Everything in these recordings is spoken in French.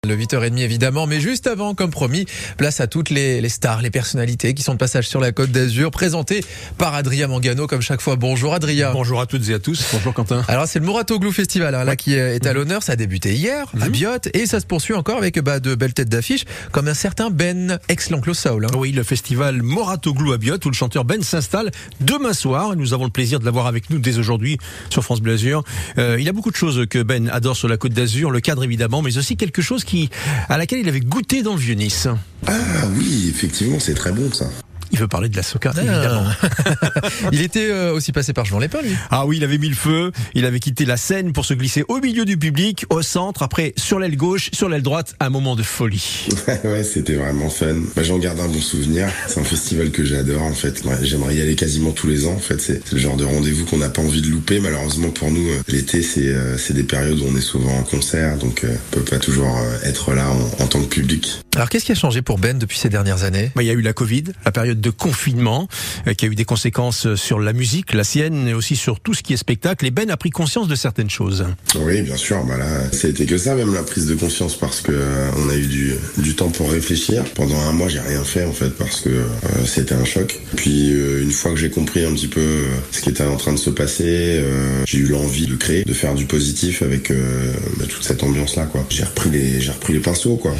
Le 8h30 évidemment, mais juste avant, comme promis, place à toutes les stars, les personnalités qui sont de passage sur la Côte d'Azur, présentées par Adrien Mangano comme chaque fois. Bonjour Adrien. Bonjour à toutes et à tous. Bonjour Quentin. Alors c'est le Mouratoglou Festival là qui est à l'honneur. Ça a débuté hier à Biot et ça se poursuit encore avec de belles têtes d'affiche comme un certain Ben, ex-l'Oncle Soul. Oui, le festival Mouratoglou à Biot où le chanteur Ben s'installe demain soir. Nous avons le plaisir de l'avoir avec nous dès aujourd'hui sur France Bleu Azur. Il y a beaucoup de choses que Ben adore sur la Côte d'Azur, le cadre évidemment, mais aussi quelque chose à laquelle il avait goûté dans le Vieux-Nice. Ah oui, effectivement, c'est très bon ça. Il veut parler de la soca, évidemment. Il était aussi passé par Jean Lépin, lui. Ah oui, il avait mis le feu. Il avait quitté la scène pour se glisser au milieu du public, au centre, après sur l'aile gauche, sur l'aile droite, un moment de folie. Ouais, c'était vraiment fun. J'en garde un bon souvenir. C'est un festival que j'adore, en fait. Ouais, j'aimerais y aller quasiment tous les ans, en fait. C'est le genre de rendez-vous qu'on n'a pas envie de louper. Malheureusement, pour nous, l'été, c'est des périodes où on est souvent en concert, donc on peut pas toujours être là en tant que public. Alors, qu'est-ce qui a changé pour Ben depuis ces dernières années ? Il y a eu la Covid, la période de confinement, qui a eu des conséquences sur la musique, la sienne, et aussi sur tout ce qui est spectacle. Et Ben a pris conscience de certaines choses. Oui, bien sûr. Là, ça a été que ça, même la prise de conscience, parce que on a eu du temps pour réfléchir. Pendant un mois, j'ai rien fait, en fait, parce que c'était un choc. Puis, une fois que j'ai compris un petit peu ce qui était en train de se passer, j'ai eu l'envie de créer, de faire du positif avec toute cette ambiance-là, quoi. J'ai repris les pinceaux, quoi.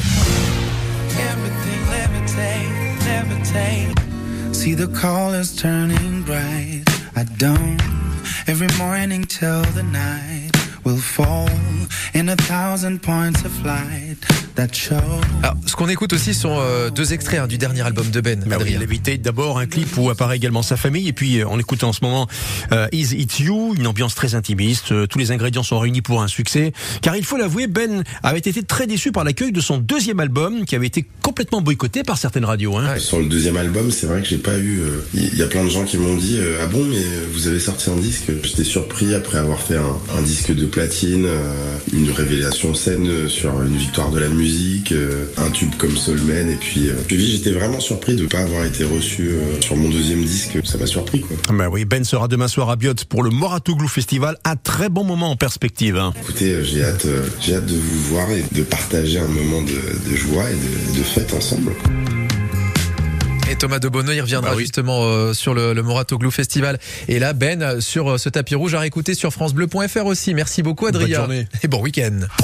See the colors turning bright. I don't every morning till the night will fall in 1,000 points of light that show. Alors, ce qu'on écoute aussi sont deux extraits du dernier album de Ben. Oui, il avait d'abord un clip où apparaît également sa famille, et puis on écoute en ce moment Is It You, une ambiance très intimiste. Tous les ingrédients sont réunis pour un succès, car il faut l'avouer, Ben avait été très déçu par l'accueil de son deuxième album, qui avait été complètement boycotté par certaines radios. Ouais. Sur le deuxième album, c'est vrai que j'ai pas eu. Il y a plein de gens qui m'ont dit ah bon, mais vous avez sorti un disque. J'étais surpris après avoir fait un disque de platine, une révélation scène sur une victoire de la musique, un tube comme Soulman, et puis j'étais vraiment surpris de pas avoir été reçu sur mon deuxième disque. Ça m'a surpris, quoi. Oui, Ben sera demain soir à Biot pour le Mouratoglou Festival, un très bon moment en perspective. Écoutez, j'ai hâte de vous voir et de partager un moment de joie et de fête ensemble. Et Thomas de Bonneau, il reviendra justement sur le Mouratoglou Festival. Et là, Ben, sur ce tapis rouge à réécouter sur francebleu.fr aussi. Merci beaucoup Adrien. Bonne journée. Et bon week-end.